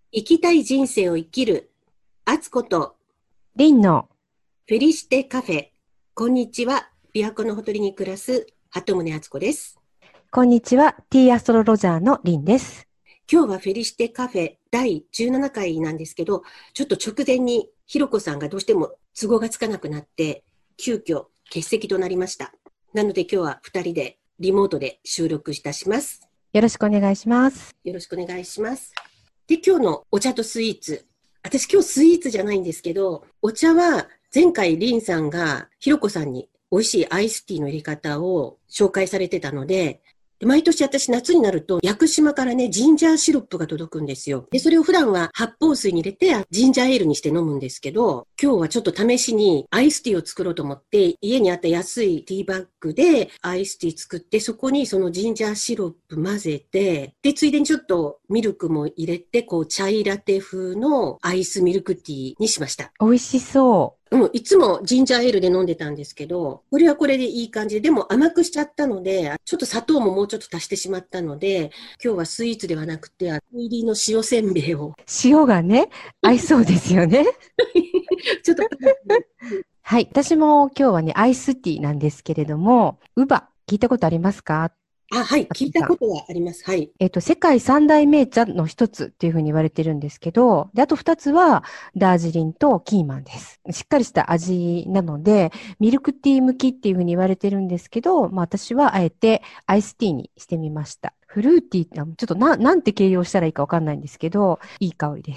生きたい人生を生きる、アツコとリンの、 フェリシテカフェ。こんにちは。琵琶湖のほとりに暮らす鳩宗敦子です。 こんにちは。ティーアストロロジャーのリンです。 今日はフェリシテカフェ第17回なんですけど、ちょっと直前にひろこさんがどうしても都合がつかなくなって、急遽欠席となりました。なので今日は2人でリモートで収録いたします。 よろしくお願いします。 よろしくお願いします。で、今日のお茶とスイーツ。私今日スイーツじゃないんですけど、お茶は前回リンさんがひろこさんに美味しいアイスティーの入れ方を紹介されてたので、毎年私夏になると屋久島からね、ジンジャーシロップが届くんですよ。で、それを普段は発泡水に入れてジンジャーエールにして飲むんですけど、今日はちょっと試しにアイスティーを作ろうと思って、家にあった安いティーバッグでアイスティー作って、そこにそのジンジャーシロップ混ぜて、で、ついでにちょっとミルクも入れて、こう、チャイラテ風のアイスミルクティーにしました。 美味しそいつもジンジャーエールで飲んでたんですけど、これはこれでいい感じで、でも甘くしちゃったので、ちょっと砂糖ももうちょっと足してしまったので、今日はスイーツではなくて、入りの塩せんべいを、 う。塩がね、合いそうですよね。 ちょっと、 はい。私も今日はね、アイスティーなんですけれども、ウバ、聞いたことありますか？ あ、はい、 あつこさん。 聞いたことはあります。はい。 世界三大銘茶の一つっていうふうに言われてるんですけど、で、あと二つは、ダージリンとキーマンです。しっかりした味なので、ミルクティー向きっていうふうに言われてるんですけど、まあ私はあえてアイスティーにしてみました。フルーティーって、ちょっとなんて形容したらいいかわかんないんですけど、いい香りです。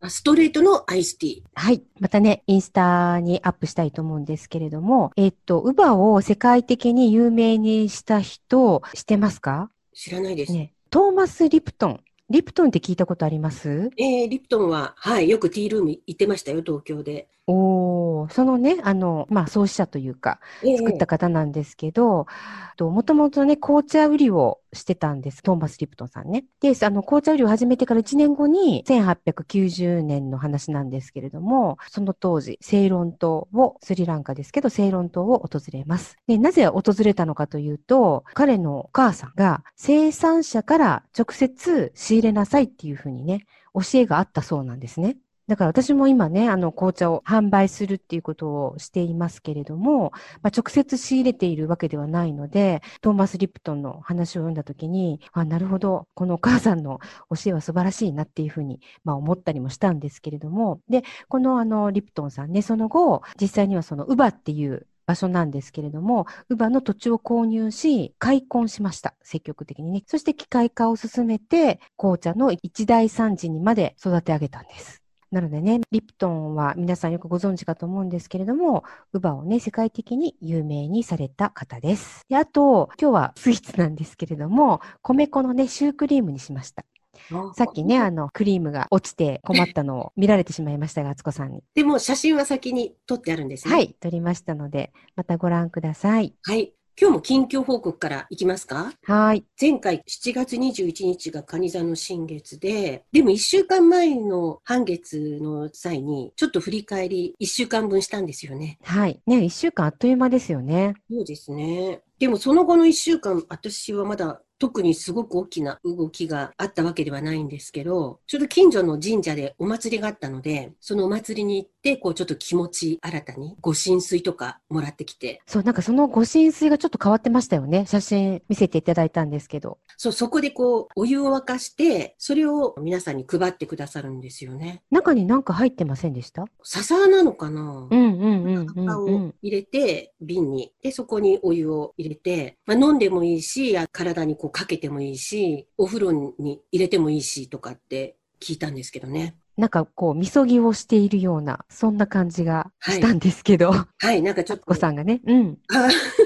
ストレートのアイスティー。 はい。またね、インスタにアップしたいと思うんですけれども、ウバを世界的に有名にした人、知ってますか？ 知らないです。 ね、トーマス・リプトン。リプトンって聞いたことあります？ リプトンは、はい、よくティールーム行ってましたよ、東京で。 おー、そのね、まあ、創始者というか、作ったええ方なんですけど、もともとね、紅茶売りをしてたんです、トーマス・リプトンさんね。で、紅茶売りを始めてから1年後に、1890年の話なんですけれども、その当時、セイロン島を、スリランカですけど、セイロン島を訪れます。で、なぜ訪れたのかというと、彼のお母さんが生産者から直接仕入れなさいっていうふうにね、教えがあったそうなんですね。だから私も今ね、紅茶を販売するっていうことをしていますけれども、まあ、直接仕入れているわけではないので、トーマス・リプトンの話を読んだときに、あ、なるほど、このお母さんの教えは素晴らしいなっていうふうに、まあ、思ったりもしたんですけれども、で、このリプトンさんね、その後、実際にはそのウバっていう場所なんですけれども、ウバの土地を購入し、開墾しました。積極的にね。そして機械化を進めて、紅茶の一大産地にまで育て上げたんです。なのでね、リプトンは皆さんよくご存知かと思うんですけれども、ウバをね、世界的に有名にされた方です。で、あと、今日はスイーツなんですけれども、米粉のね、シュークリームにしました。さっきね、クリームが落ちて困ったのを見られてしまいましたが、敦子さんに。 でも写真は先に撮ってあるんですね。 はい、撮りましたので、またご覧ください。 はい。今日も近況報告からいきますか？ はい。 前回7月21日が蟹座の新月で、でも1週間前の半月の際に、ちょっと振り返り1週間分したんですよね。 はい。ね、一週間あっという間ですよね。 そうですね。でもその後の1週間、私はまだ特にすごく大きな動きがあったわけではないんですけど、ちょっと近所の神社でお祭りがあったので、そのお祭りに行って、こうちょっと気持ち新たにご神水とかもらってきて、 そう、なんかそのご神水がちょっと変わってましたよね。写真見せていただいたんですけど。 そう、そこでこうお湯を沸かして、それを皆さんに配ってくださるんですよね。 中になんか入ってませんでした？ 笹なのかな？ うんうんうんう葉んうん。 を入れて、瓶に。で、そこにお湯を入れて、まあ、飲んでもいいし、体にこうかけてもいいし、お風呂に入れてもいいしとかって聞いたんですけどね。 なんかこう、みそぎをしているような、そんな感じがはい。 したんですけど、 はい、なんかちょあつこっと、 さんがね、うん。 あ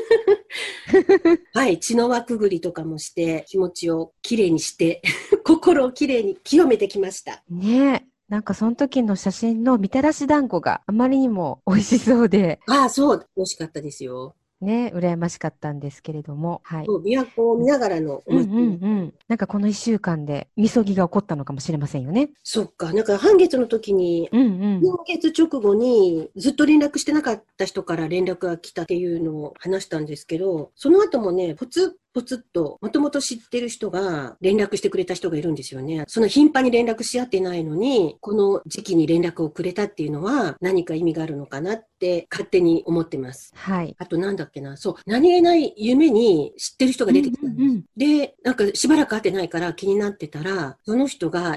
はい、血の輪くぐりとかもして、気持ちをきれいにして、心をきれいに清めてきました。 ねえ。なんかその時の写真のみたらし団子があまりにも美味しそうで、 ああ、そう、美味しかったですよ。 ね、羨ましかったんですけれども、はい。 そう、琵琶湖を見ながらのおうんう祭り。 んうん。なんかこの一週間で、みそぎが起こったのかもしれませんよね。 そっか、なんか半月の時に、 うんうん。 今月直後にずっと連絡してなかった人から連絡が来たっていうのを話したんですけど、その後もね、ポツポツッと、もともと知ってる人が連絡してくれた人がいるんですよね。その頻繁に連絡し合ってないのに、この時期に連絡をくれたっていうのは何か意味があるのかなって勝手に思ってます。 はい。 あとなんだっけな、そう、何気ない夢に知ってる人が出てきたんです。で、なんかしばらく会ってないから気になってたら、その人が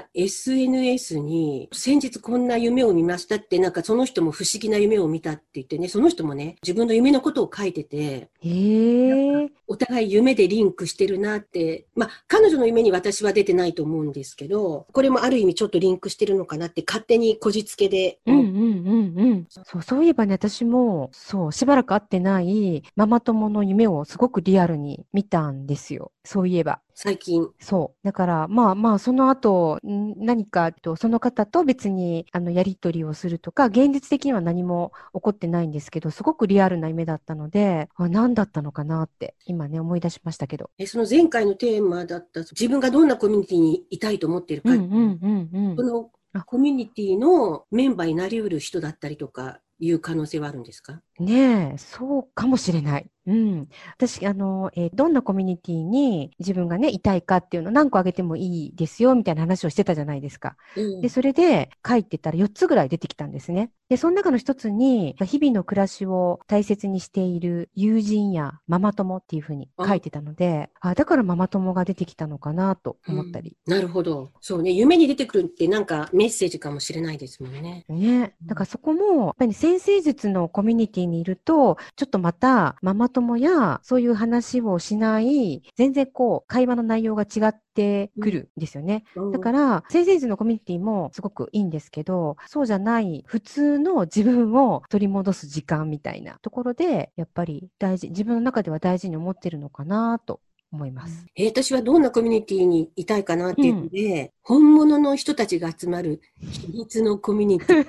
SNS に先日こんな夢を見ましたって、なんかその人も不思議な夢を見たって言ってね、その人もね、自分の夢のことを書いてて、 へえ。 お互い夢でリンクしてるなって、まあ、彼女の夢に私は出てないと思うんですけど、これもある意味ちょっとリンクしてるのかなって勝手にこじつけで思う。 そういえばね、私も、そう、しばらく会ってないママ友の夢をすごくリアルに見たんですよ。そういえば。 最近。 そう。だから、まあまあ、その後、何かと、その方と別に、やりとりをするとか、現実的には何も起こってないんですけど、すごくリアルな夢だったので、何だったのかなって、今ね、思い出しましたけど。 その前回のテーマだった、自分がどんなコミュニティにいたいと思っているか、そのあ、 コミュニティのメンバーになりうる人だったりとかいう可能性はあるんですか？ ねえ、そうかもしれない。うん。私、どんなコミュニティに自分がね、いたいかっていうのを何個あげてもいいですよ、みたいな話をしてたじゃないですか。で、 うん。 それで書いてたら4つぐらい出てきたんですね。で、その中の一つに、日々の暮らしを大切にしている友人やママ友っていうふうに書あ、 いてたので、だからママ友が出てきたのかなとうん。 思ったり。 なるほど。そうね。夢に出てくるってなんかメッセージかもしれないですもんね。 ね。だからそこも、やっぱり先生術のコミュニティにいると、ちょっとまたママ友やそういう話をしない、全然こう、会話の内容が違ってうん。 くるんですよね。だうん。 から、先生術のコミュニティもすごくいいんですけど、そうじゃない普通の自分を取り戻す時間みたいなところで、やっぱり自分の中では大事に思ってるのかなと思います。 私はどんなコミュニティにいたいかなっていうのうん。 で、本物の人たちが集まる秘密のコミュニティ。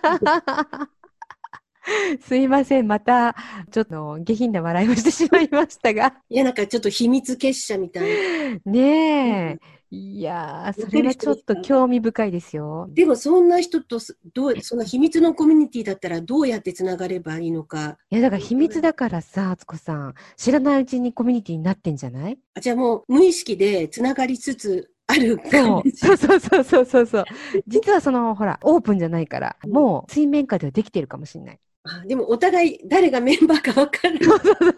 すいません。また、ちょっと下品な笑いをしてしまいましたが。 いや、なんかちょっと秘密結社みたいな。なんかねえ。いやー、そわかるれはちょっ人ですか？ と興味深いですよ。 でもそんな人とその秘密のコミュニティだったらどうやってつながればいいのか。 いや、だから秘密だからさ、敦子さん、知らないうちにコミュニティになってんじゃない？ じゃあもう無意識でつながりつつあるかもそう、 しれない。 そう。実はほら、オープンじゃないから、 うん。 もう水面下ではできてるかもしれない。 でもお互い誰がメンバーかわかる。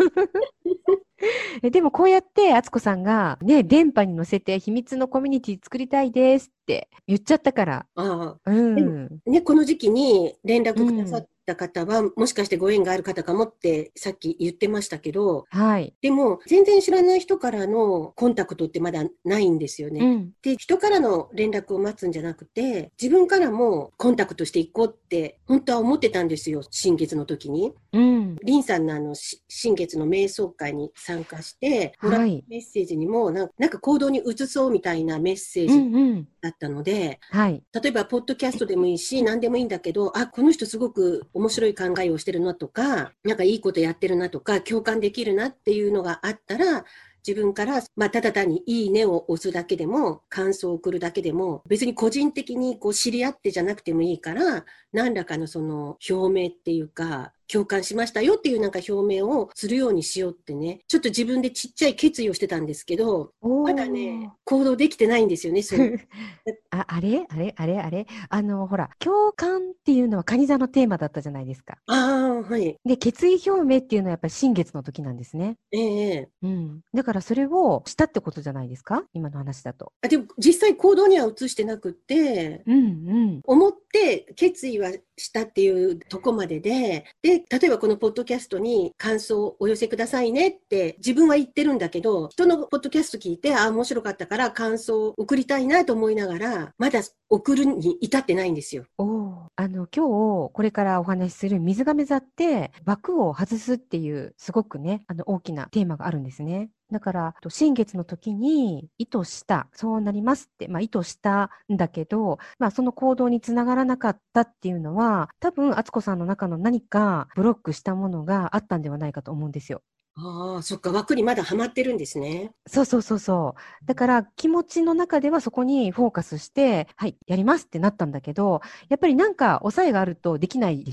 でもこうやって敦子さんがね、電波に乗せて秘密のコミュニティ作りたいですって言っちゃったから。 ああ。 うでもん。 ね、この時期に連う絡くださっん。 た方は、もしかしてご縁がある方かもってさっき言ってましたけど、 はい。 でも全然知らない人からのコンタクトってまだないんですよね。 うん。 で、人からの連絡を待つんじゃなくて、自分からもコンタクトしていこうって本当は思ってたんですよ、新月の時に。 うん。 リンさんの新月の瞑想会に参加して、もらったはい。 メッセージにもなんか行動に移そうみたいなメッセーうジんうん。 だったので、 はい。 例えば、ポッドキャストでもいいし、何でもいいんだけど、この人すごく面白い考えをしてるなとか、なんかいいことやってるなとか、共感できるなっていうのがあったら、自分から、ただ単にいいねを押すだけでも、感想を送るだけでも、別に個人的にこう知り合ってじゃなくてもいいから、何らかのその表明っていうか、共感しましたよっていうなんか表明をするようにしようってね、ちょっと自分でちっちゃい決意をしてたんですけど、まだね、 おー。 行動できてないんですよね、そう。 あれほら、共感っていうのは蟹座のテーマだったじゃないですか。 はい。 で、決意表明っていうのはやっぱり新月の時なんですね。 ええ。 うん。だからそれをしたってことじゃないですか？今の話だと。 でも実際行動には移してなくって、 うんうん。 思って決意はしたっていうとこまでで、例えばこのポッドキャストに感想をお寄せくださいねって自分は言ってるんだけど、人のポッドキャスト聞いて、面白かったから感想を送りたいなと思いながら、まだ送るに至ってないんですよ。 今日これからお話しする水亀座って枠を外すっていうすごくね、大きなテーマがあるんですね。だから、新月の時に意図した、そうなりますって、意図したんだけど、その行動につながらなかったっていうのは、多分、敦子さんの中の何かブロックしたものがあったんではないかと思うんですよ。 そっか、枠にまだハマってるんですね。 そう。だから気持ちの中ではそこにフォーカスして、はい、やりますってなったんだけど、やっぱりなんか抑えがあるとできないでしょ？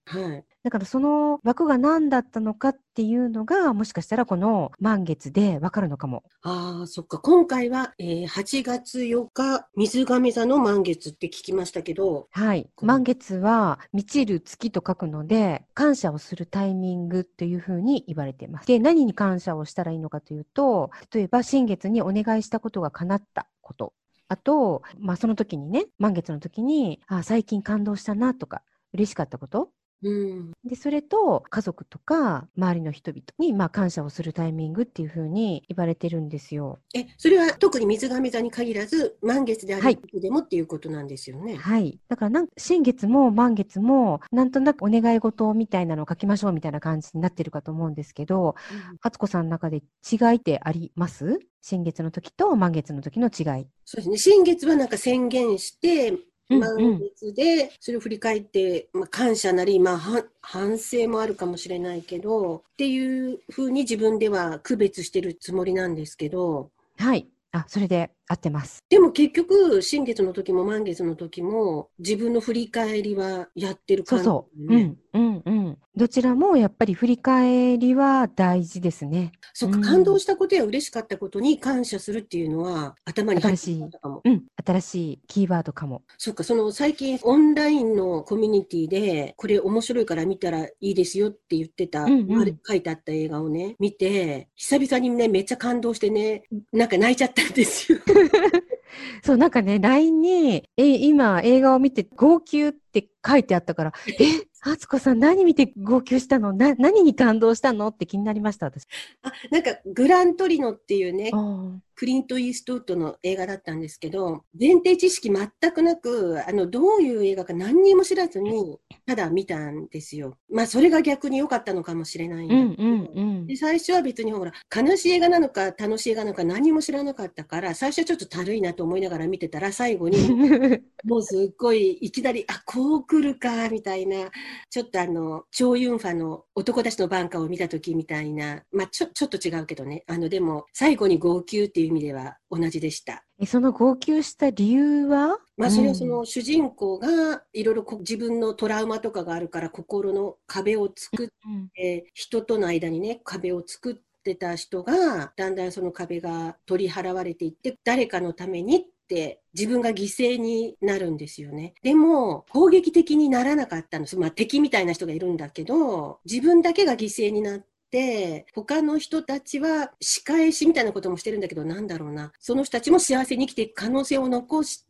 はい。 だからその枠が何だったのかっていうのが、もしかしたらこの満月でわかるのかも。 ああ、そっか。今回は、8月4日、水亀座の満月って聞きましたけど、 はい。満月は満ちる月と書くので、感謝をするタイミングというふうに言われています。で、何に感謝をしたらいいのかというと、例えば新月にお願いしたことが叶ったこと。あと、その時にね、満月の時に、最近感動したなとか、嬉しかったこと。 うん。 で、それと家族とか周りの人々に感謝をするタイミングっていうふうに言われてるんですよ。 それは特に水亀座に限らず、満月であはい。 る時でもっていうことなんですよね。 はい。だから新月も満月も、なんとなくお願い事みたいなのを書きましょうみたいな感じになってるかと思うんですけど、 うん、 敦子さんの中で違いってあります？新月の時と満月の時の違い。 そうですね。新月はなんか宣言して、満うんうん。 月でそれを振り返って、感謝なり、反省もあるかもしれないけど、っていうふうに自分では区別してるつもりなんですけど、 はい。それで合ってます。 でも結局、新月の時も満月の時も、自分の振り返りはやってる感じそうそでう。うね。 んうんうん。どちらもやっぱり振り返りは大事ですね。 そっか、感動うん。 したことや嬉しかったことに感謝するっていうのは頭に入ってな新しい、 かったかも。 うん、新しいキーワードかも。 そっか、その最近オンラインのコミュニティで、これ面白いから見たらいいですよって言ってた、 うんうん。 書いてあった映画をね、見て、久々にね、めっちゃ感動してね、なんか泣いちゃったんですよ。 そう、なんかね、LINE に、今映画を見て号泣って書いてあったから、敦子さん何見て号泣したの？何に感動したのって気になりました、私。 なんかグラントリノっていうね、 ああ。 クリント・イーストウッドの映画だったんですけど、前提知識全くなく、どういう映画か何にも知らずに、ただ見たんですよ。それが逆に良かったのかもしれないんだけうんうんど、 うん。 で、最初は別にほら、悲しい映画なのか楽しい映画なのか何も知らなかったから、最初はちょっとたるいなと思いながら見てたら、最後にもうすっごいいきなり、こう来るか、みたいな、ちょっとチョウ・ユンファの男たちの挽歌を見た時みたいな、ちょっと違うけどね、でも、最後に号泣っていう意味では同じでした。 その号泣した理由は？ それはその主人公がいろいろ自分のトラウマとかがあるから心の壁を作っうん。 て、人との間にね、壁を作ってた人が、だんだんその壁が取り払われていって、誰かのためにって自分が犠牲になるんですよね。でも攻撃的にならなかったんです。敵みたいな人がいるんだけど、自分だけが犠牲になって、他の人たちは仕返しみたいなこともしてるんだけど、なんだろうな。その人たちも幸せに生きていく可能性を残して、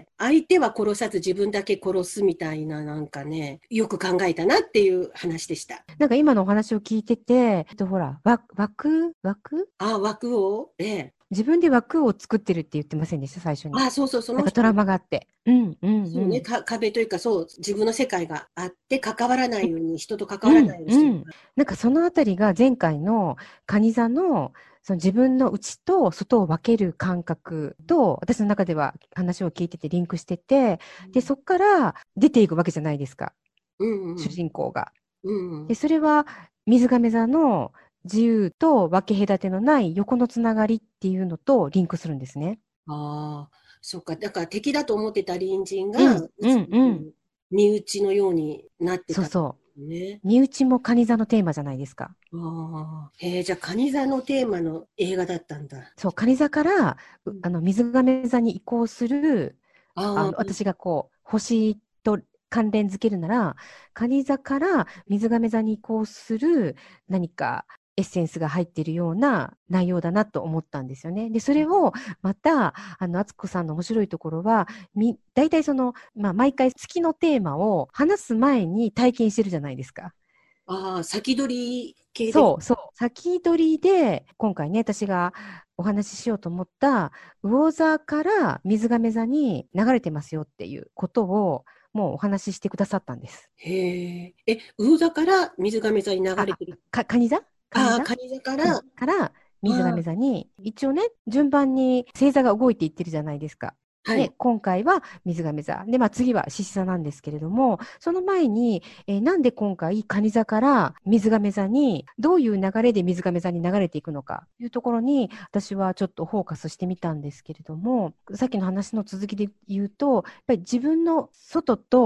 相手は殺さず自分だけ殺すみたいな、なんかね、よく考えたなっていう話でした。 なんか今のお話を聞いてて、ほら、枠枠を、 自分で枠を作ってるって言ってませんでした、最初に。 そうそう、その人、 なんかトラウマがあって。うんうんそうね、 うん。 壁というか、そう、自分の世界があって、関わらないように、人と関わらうん、 ないようにしてる。 うん。なんかそのあたりが前回の蟹座のその自分の内と外を分ける感覚と私の中では話を聞いててリンクしてて、で、そこから出ていくわけじゃないですか、主うんうん。 人公が。で、 うんうん。 それは水亀座の自由と分け隔てのない横のつながりっていうのとリンクするんですね。 ああ、そっか。だから敵だと思ってた隣人が、 うん、うん、うん。 身内のようになってたんでそうそすね。 う。身内も蟹座のテーマじゃないですか。 じゃあ、カニ座のテーマの映画だったんだ。 そう、蟹座から、 うん、 水亀座に移行する、 ああ、 私がこう、星と関連づけるなら、蟹座から水亀座に移行する何かエッセンスが入っているような内容だなと思ったんですよね。で、それをまた、敦子さんの面白いところは、大体その、毎回月のテーマを話す前に体験してるじゃないですか。 先取り系です。 そうそう。先取りで、今回ね、私がお話ししようと思った、魚座から水亀座に流れてますよっていうことを、もうお話ししてくださったんです。 へえ。魚座から水亀座に流れてる。 蟹座蟹座カニ座かうん。 ら、 から水亀あ座に、一応ね、順番に星座が動いていってるじゃないですか。で、 はい。 今回は水亀座。で、次は獅子座なんですけれども、その前に、なんで今回、蟹座から水亀座に、どういう流れで水亀座に流れていくのかというところに、私はちょっとフォーカスしてみたんですけれども、さっきの話の続きで言うと、やっぱり自分の外と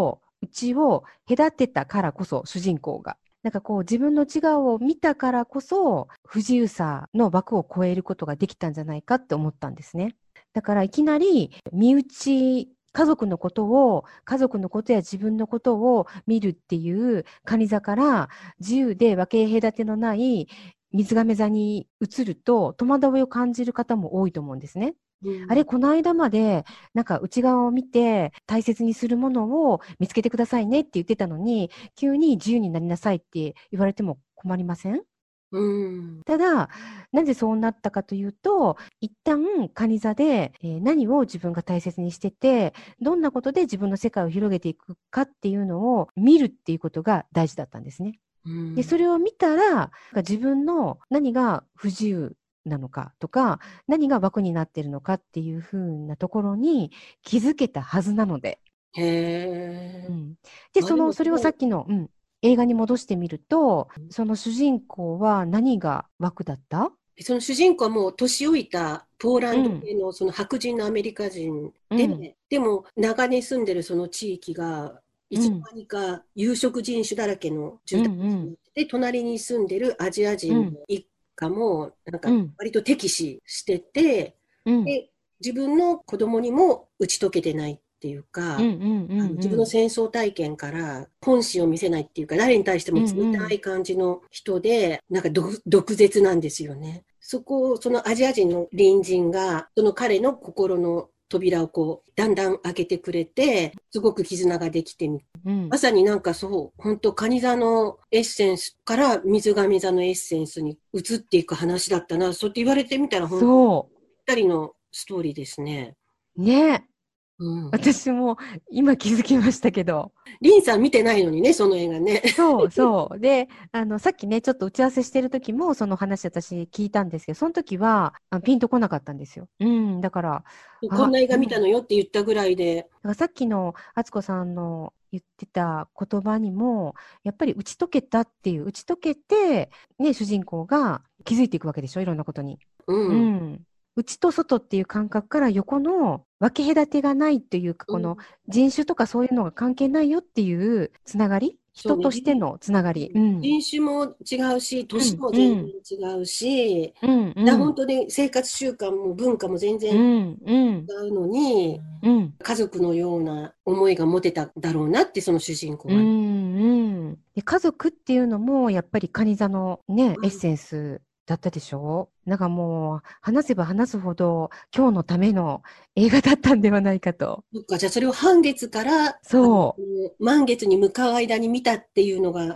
内を隔てたからこそ、主人公が。なんかこう自分の内側を見たからこそ、不自由さの枠を超えることができたんじゃないかって思ったんですね。だからいきなり身内、家族のことや自分のことを見るっていう蟹座から自由で分け隔てのない水亀座に移ると戸惑いを感じる方も多いと思うんですね。あれ、この間まで、なんか内側を見て大切にするものを見つけてくださいねって言ってたのに、急に自由になりなさいって言われても困りません？ただ、なぜそうなったかというと、一旦、蟹座で、何を自分が大切にしてて、どんなことで自分の世界を広げていくかっていうのを見るっていうことが大事だったんですね。で、それを見たら、自分の何が不自由なのかとか、何が枠になっているのかっていうふうなところに気づけたはずなので。 へー。 で、 でもそれをさっきの、映画に戻してみると、その主人公は何が枠だった？ その主人公はもう年老いたポーランド系のその白人のアメリカ人で、でも長年住んでるその地域がいつの間にか有色人種だらけの住宅地になってて、隣に住んでるアジア人の一家もなんか割と敵視してて、で自分の子供にも打ち解けてないっていうか、自分の戦争体験から本心を見せないっていうか、誰に対しても冷たい感じの人で、なんか毒舌なんですよね。そのアジア人の隣人が、その彼の心の扉をこう、だんだん開けてくれて、すごく絆ができてまさになんかそう、本当蟹座のエッセンスから水亀座のエッセンスに移っていく話だったな。そうって言われてみたら、本当にぴったりのストーリーですね。 ね。私も今気づきましたけど。 リンさん見てないのにね、その映画ね。 そう。で、さっきね、ちょっと打ち合わせしてる時も、その話私聞いたんですけど、その時は、ピンとこなかったんですよ。だから、 こんな映画見たのよって言ったぐらいで。 だからさっきの敦子さんの言ってた言葉にも、やっぱり打ち解けたっていう、打ち解けて、ね、主人公が気づいていくわけでしょ、いろんなことに。内と外っていう感覚から横の分け隔てがないというか、この人種とかそういうのが関係ないよっていうつながり、人としてのつながり。 人種も違うし、年も全然違うし、本当に生活習慣も文化も全然違うのに、家族のような思いが持てただろうなって、その主人公は。 で家族っていうのも、やっぱり蟹座のね、エッセンスだったでしょ？なんかもう、話せば話すほど、今日のための映画だったんではないかと。 そっか、じゃあそれを半月から満月に向かう間に見たっていうのが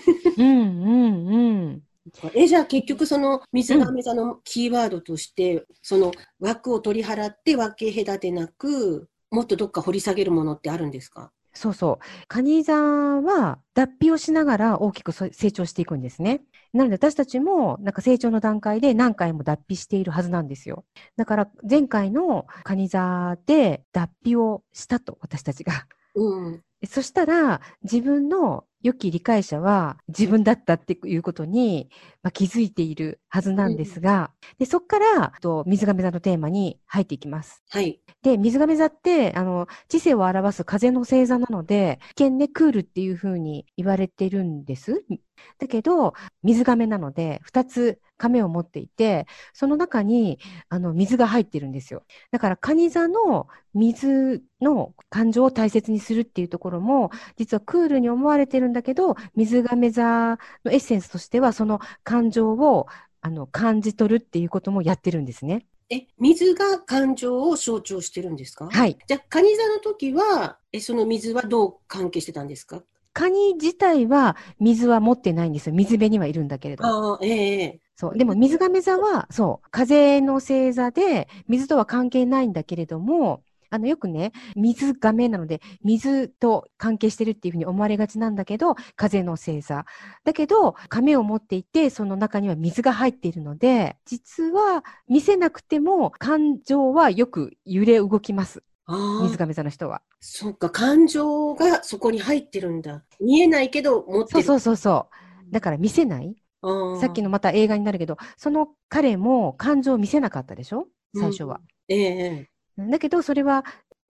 じゃあ結局その水亀座のキーワードとして、その枠を取り払って分け隔てなく、もっとどっか掘り下げるものってあるんですか？ そう。蟹座は脱皮をしながら大きく成長していくんですね。なので私たちもなんか成長の段階で何回も脱皮しているはずなんですよ。だから前回の蟹座で脱皮をしたと、私たちが。そしたら自分の良き理解者は自分だったっていうことに、気づいているはずなんですが、でそこから水亀座のテーマに入っていきます。で、水亀座って、知性を表す風の星座なので、一見ね、クールっていう風に言われてるんです。だけど、水亀なので、二つ亀を持っていて、その中に、水が入ってるんですよ。だから、蟹座の水の感情を大切にするっていうところも、実はクールに思われてるんだけど、水亀座のエッセンスとしては、その感情を、感じ取るっていうこともやってるんですね。 水が感情を象徴してるんですか？ はい。 じゃあ、蟹座の時は、その水はどう関係してたんですか？ カニ自体は水は持ってないんですよ。水辺にはいるんだけれども。そう。でも水亀座は、そう、風の星座で、水とは関係ないんだけれども、よくね、水亀なので、水と関係してるっていうふうに思われがちなんだけど、風の星座。だけど、亀を持っていて、その中には水が入っているので、実は見せなくても、感情はよく揺れ動きます。水亀座の人は。 そっか、感情がそこに入ってるんだ。見えないけど持ってる。 そう。だから見せない。さっきのまた映画になるけど、その彼も感情を見せなかったでしょ？最初は。だけど、それは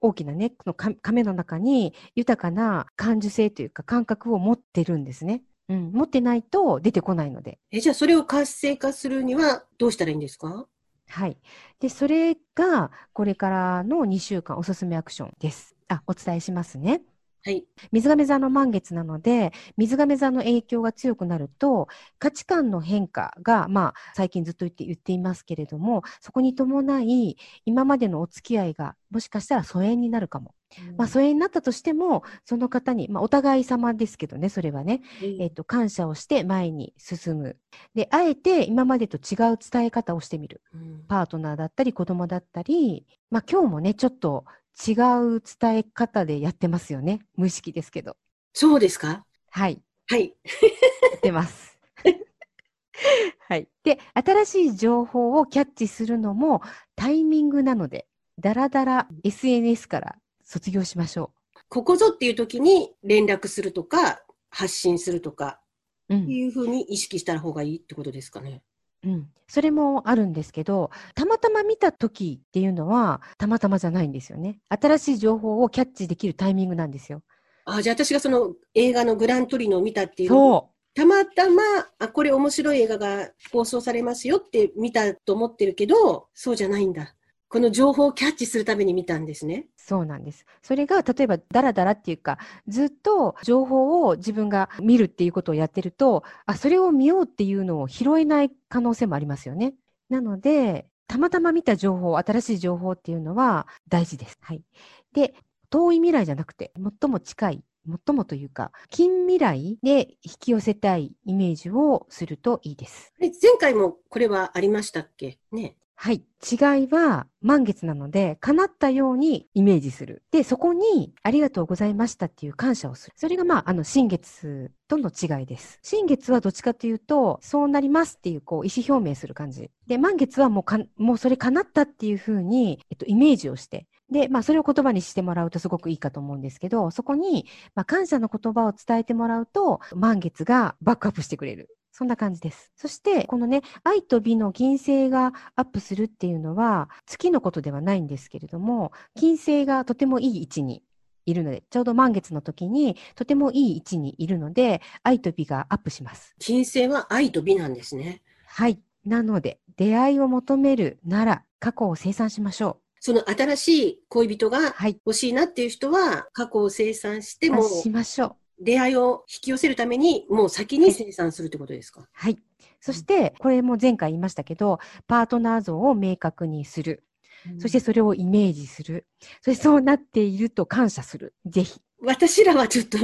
大きなね、この亀の中に豊かな感受性というか感覚を持ってるんですね。持ってないと出てこないので。 じゃあそれを活性化するにはどうしたらいいんですか？ はい。で、それがこれからの2週間おすすめアクションです。お伝えしますね。 はい。 水亀座の満月なので、水亀座の影響が強くなると、価値観の変化が、最近ずっと言っていますけれども、そこに伴い、今までのお付き合いが、もしかしたら疎遠になるかも。疎遠になったとしても、その方に、お互い様ですけどね、それはね、感謝をして前に進む。で、あえて今までと違う伝え方をしてみる。パートナーだったり、子供だったり、今日もね、ちょっと、違う伝え方でやってますよね。無意識ですけど。 そうですか？ はい。 はい。 やってます。はい。で、新しい情報をキャッチするのもタイミングなので、だらだら SNS から卒業しましょここぞっていう時に連絡するとか、発信するとか、 う。 っていうふうに意識した方がいいってことですかね。 それもあるんですけど、たまたま見た時っていうのは、たまたまじゃないんですよね。新しい情報をキャッチできるタイミングなんですよ。 じゃあ私がその映画のグラントリノを見たっていうのを、 そたまたま、これ面白い映画が放送されますよって見たと思ってるけど、そうじゃないんだ。この情報をキャッチするために見たんですね。 そうなんです。それが、例えば、ダラダラっていうか、ずっと情報を自分が見るっていうことをやってると、それを見ようっていうのを拾えない可能性もありますよね。なので、たまたま見た情報、新しい情報っていうのは大事です。はい。で、遠い未来じゃなくて、最も近い、最もというか、近未来で引き寄せたいイメージをするといいです。 前回もこれはありましたっけね。 はい。違いは満月なので、叶ったようにイメージする。で、そこにありがとうございましたっていう感謝をする。それが新月との違いです。新月はどっちかというと、そうなりますっていう、意思表明する感じ。で、満月はもうそれ叶ったっていうふうに、イメージをして。で、それを言葉にしてもらうとすごくいいかと思うんですけど、そこに、感謝の言葉を伝えてもらうと、満月がバックアップしてくれる。そんな感じです。そして、このね、愛と美の金星がアップするっていうのは、月のことではないんですけれども、金星がとてもいい位置にいるので、ちょうど満月の時にとてもいい位置にいるので、愛と美がアップします。 金星は愛と美なんですね。 はい。なので、出会いを求めるなら、過去を清算しましょう。 その新しい恋人が欲しいなっていう人は、過去を清算しても、 しましょう。 出会いを引き寄せるために、もう先に清算するってことですか？ はい。そして、これも前回言いましたけど、パートナー像を明確にする。そしてそれをイメージする。そしてそうなっていると感謝する。ぜひ。 私らはちょっと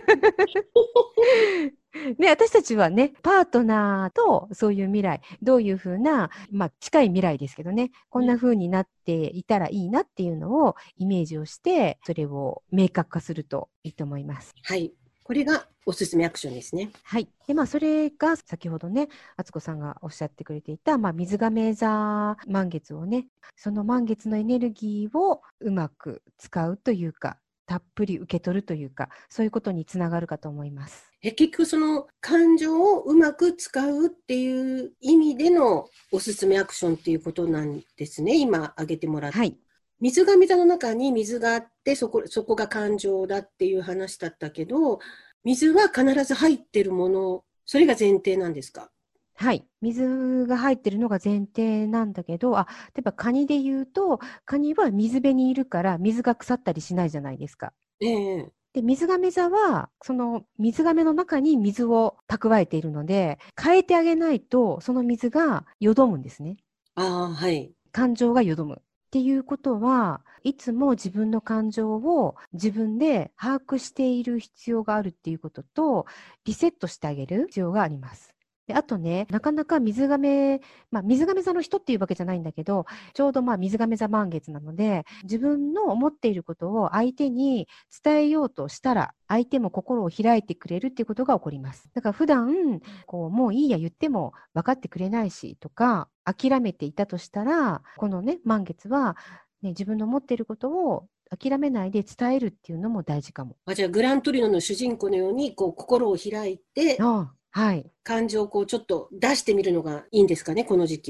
ね、私たちはね、パートナーとそういう未来、どういうふうな、近い未来ですけどね、こんな風になっていたらいいなっていうのをイメージをして、それを明確化するといいと思います。 はい。これがおすすめアクションですね。 はい。で、それが先ほどね、敦子さんがおっしゃってくれていた、水亀座満月をね、その満月のエネルギーをうまく使うというか、たっぷり受け取るというか、そういうことにつながるかと思います。 結局その感情をうまく使うっていう意味でのおすすめアクションっていうことなんですね。今挙げてもらって。 はい。 水亀座の中に水があって、そこが感情だっていう話だったけど、水は必ず入ってるもの、それが前提なんですか？ はい。水が入ってるのが前提なんだけど、例えばカニで言うと、カニは水辺にいるから水が腐ったりしないじゃないですか。 ええ。 で、水亀座は、その水亀の中に水を蓄えているので、変えてあげないと、その水がよどむんですね。 はい。 感情がよどむ。っていうことは、いつも自分の感情を自分で把握している必要があるっていうことと、リセットしてあげる必要があります。で、あとね、なかなか水亀座の人っていうわけじゃないんだけど、ちょうど水亀座満月なので、自分の思っていることを相手に伝えようとしたら、相手も心を開いてくれるっていうことが起こります。だから普段、もういいや言っても分かってくれないしとか、諦めていたとしたら、このね、満月は、ね、自分の思っていることを諦めないで伝えるっていうのも大事かも。 じゃあグラントリノの主人公のように心を開いて、 はい。 感情をちょっと出してみるのがいいんですかね、この時期は。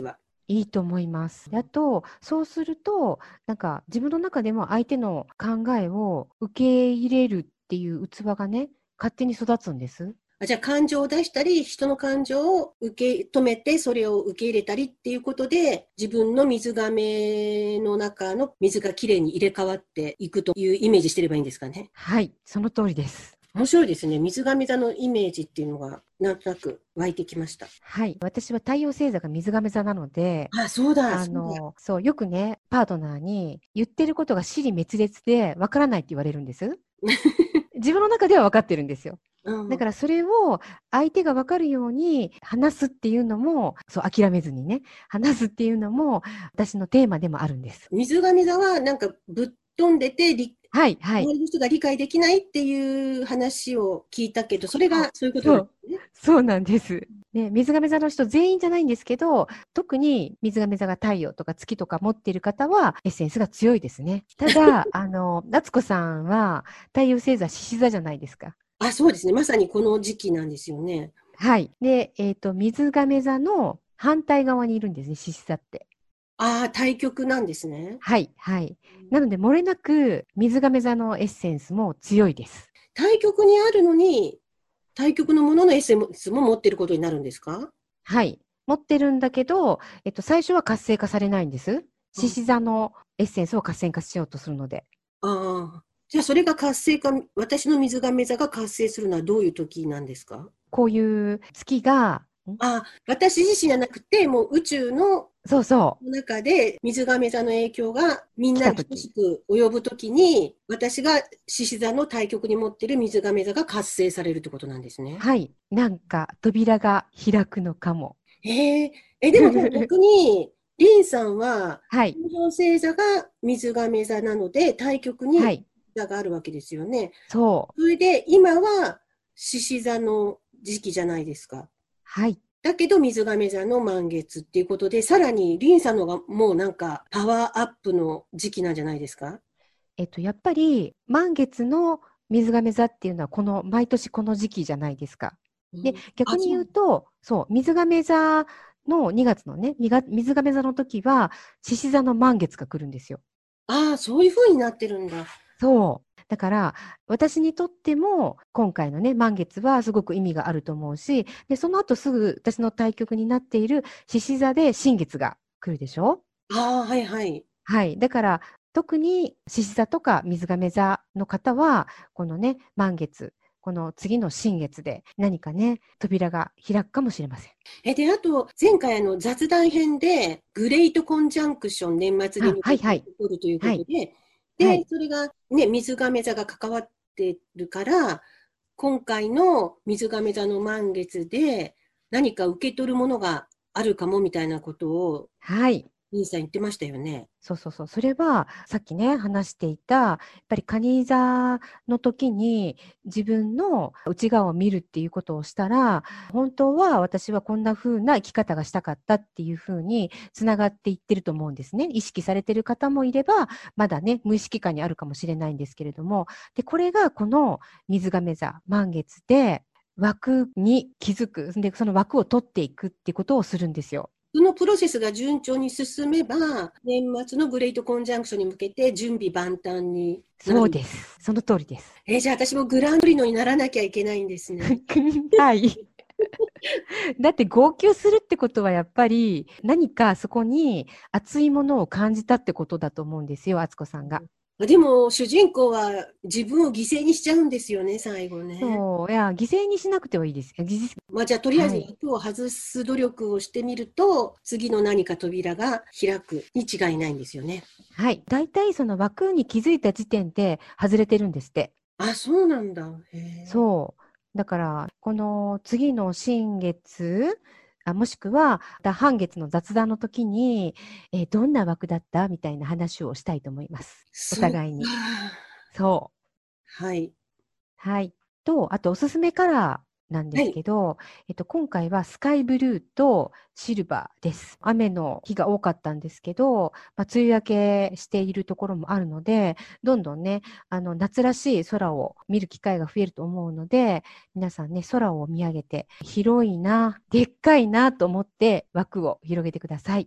いいと思います。あと、そうすると、なんか自分の中でも相手の考えを受け入れるっていう器がね、勝手に育つんです。 じゃあ感情を出したり、人の感情を受け止めて、それを受け入れたりっていうことで、自分の水亀の中の水がきれいに入れ替わっていくというイメージしてればいいんですかね。 はい、その通りです。 面白いですね。水亀座のイメージっていうのが、なんとなく湧いてきました。 はい、私は太陽星座が水亀座なので、 あ、そうだ、そうだ。 そう、よくね、パートナーに言ってることが支離滅裂でわからないって言われるんです。自分の中では分かってるんですよ。 うん、 だからそれを相手が分かるように話すっていうのも、そう諦めずにね、話すっていうのも私のテーマでもあるんです。 水亀座はなんかぶっ飛んでて、 はい、はい。 周りの人が理解できないっていう話を聞いたけど、それそう、 がそういうことそう、 なんですね。 そうなんです。ね、水亀座の人全員じゃないんですけど、特に水亀座が太陽とか月とか持っている方はエッセンスが強いですね。ただ、夏子さんは太陽星座獅子座じゃないですか。 あ、そうですね。まさにこの時期なんですよね。 はい。で、水亀座の反対側にいるんですね、獅子座って。 ああ、対極なんですね。 はい、はい。なので、漏れなく水亀座のエッセンスも強いです。 対極にあるのに、対極のもののエッセンスも持っていることになるんですか？ はい。持ってるんだけど、最初は活性化されないんです。獅子座のエッセンスを活性化しようとするので。 ああ。じゃあ、それが活性化、私の水亀座が活性するのはどういう時なんですか？ こういう月が、 ああ、私自身じゃなくて、もう宇宙のそうそう、 中で水亀座の影響がみんなに等来た時。 しく及ぶときに、私が獅子座の対極に持っている水亀座が活性されるってことなんですね。 はい。なんか扉が開くのかも。 でもじゃあ逆に、リンさんは、 はい。 天王星座が水亀座なので、対極にはい。 座があるわけですよね。 そう。 それで、今は獅子座の時期じゃないですか。 はい。 だけど、水亀座の満月っていうことで、さらに、リンさんのがもうなんか、パワーアップの時期なんじゃないですか？ やっぱり満月の水亀座っていうのはこの毎年この時期じゃないですか。で、 うん、あ、 逆にそう。 言うと、そう、水亀座の2月のね、水亀座の時は獅子座の満月が来るんですよ。 ああ、そういう風になってるんだ。 そう。だから、私にとっても、今回のね、満月はすごく意味があると思うし、で、その後すぐ私の対局になっている獅子座で新月が来るでしょ。 ああ、はいはい。 はい。だから、特に獅子座とか水亀座の方は、このね、満月、この次の新月で何かね、扉が開くかもしれません。 で、あと、前回雑談編で、グレートコンジャンクション年末にあ、 向けてはいはい。 起こるというこはい。 とで、で、 はい。 それがね、水亀座が関わってるから、今回の水亀座の満月で何か受け取るものがあるかもみたいなことを、 はい。 兄さん言ってましたよね。 そうそうそう。それは、さっきね、話していた、やっぱり蟹座の時に自分の内側を見るっていうことをしたら、本当は私はこんな風な生き方がしたかったっていう風につながっていってると思うんですね。意識されてる方もいれば、まだね、無意識下にあるかもしれないんですけれども、で、これがこの水亀座、満月で枠に気づく。で、その枠を取っていくっていうことをするんですよ。 そのプロセスが順調に進めば、年末のグレートコンジャンクションに向けて準備万端になそうる。 です。その通りです。 じゃあ私もグランプリのにならなきゃいけないんですね。 はい。だって号泣するってことはやっぱり何かそこに熱いものを感じたってことだと思うんですよ、敦子さんが。 でも、主人公は自分を犠牲にしちゃうんですよね、最後ね。 そう、いや、犠牲にしなくてはいいです。 じゃあ、とりあえずはい。 枠を外す努力をしてみると、次の何か扉が開くに違いないんですよね。 はい。大体その枠に気づいた時点で外れてるんですって。 あ、そうなんだ。へえ。 そう。だから、この次の新月、もしくは半月の雑談の時に、どんな枠だったみたいな話をしたいと思います。おそうか。 互いに。そう。 はい。 はい。と、あとおすすめカラーなんですはい。 けど、今回はスカイブルーとシルバーです。雨の日が多かったんですけど、梅雨明けしているところもあるので、どんどんね、夏らしい空を見る機会が増えると思うので、皆さんね、空を見上げて、広いな、でっかいなと思って枠を広げてください。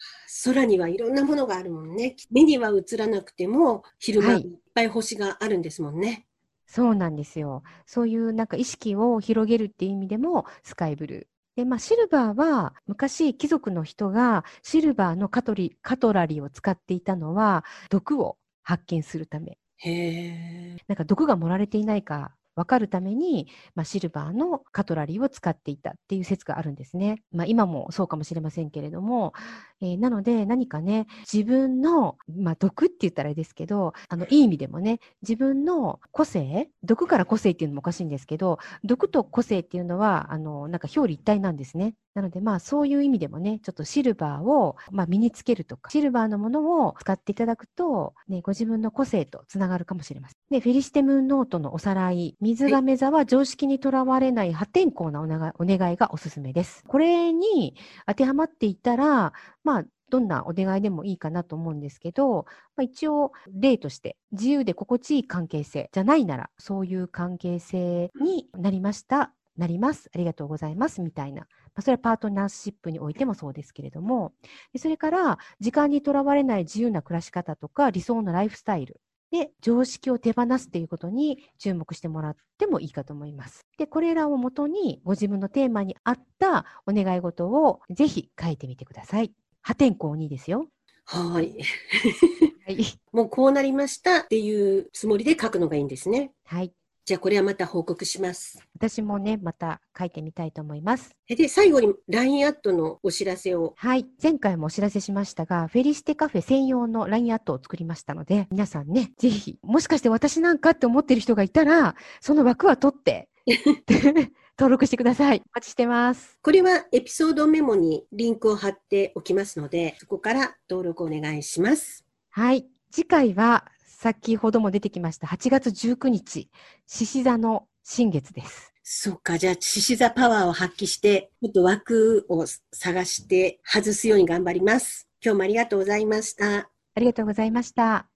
空にはいろんなものがあるもんね。目には映らなくても、昼間いっはい。 ぱい星があるんですもんね。 そうなんですよ。そういうなんか意識を広げるっていう意味でもスカイブルー。で、まあ、シルバーは昔貴族の人がシルバーのカトラリーを使っていたのは毒を発見するため。 へえ。 なんか毒が盛られていないか分かるために、まあ、シルバーのカトラリーを使っていたっていう説があるんですね。まあ、今もそうかもしれませんけれども、なので何かね、自分の、まあ、毒って言ったらあれですけど、いい意味でもね、自分の個性、毒から個性っていうのもおかしいんですけど、毒と個性っていうのは、なんか表裏一体なんですね。なので、まあ、そういう意味でもね、ちょっとシルバーを、まあ、身につけるとか、シルバーのものを使っていただくと、ね、ご自分の個性とつながるかもしれません。で、フェリシテムーンノートのおさらい、水はい。 亀座は常識にとらわれない破天荒なお願いがおすすめです。これに当てはまっていたら、まあ、どんなお願いでもいいかなと思うんですけど、まあ、一応例として自由で心地いい関係性じゃないならそういう関係性になりました、なります、ありがとうございますみたいな、まあ、それはパートナーシップにおいてもそうですけれども、それから時間にとらわれない自由な暮らし方とか理想のライフスタイルで常識を手放すということに注目してもらってもいいかと思います。で、これらをもとにご自分のテーマに合ったお願い事をぜひ書いてみてください。破天荒にですよ。 はい。 はい。 もうこうなりましたっていうつもりで書くのがいいんですね。 はい。 じゃあこれはまた報告します。 私もね、また書いてみたいと思います。 で、最後に LINE アットのお知らせを。 はい。前回もお知らせしましたが、フェリシテカフェ専用の LINE アットを作りましたので、皆さんね、ぜひ、もしかして私なんかって思ってる人がいたら、その枠は取って登録してください。お待ちしてます。 これはエピソードメモにリンクを貼っておきますので、そこから登録お願いします。 はい。次回は、先ほども出てきました8月19日、獅子座の新月です。 そっか、じゃあ、獅子座パワーを発揮して、ちょっと枠を探して外すように頑張ります。今日もありがとうございました。 ありがとうございました。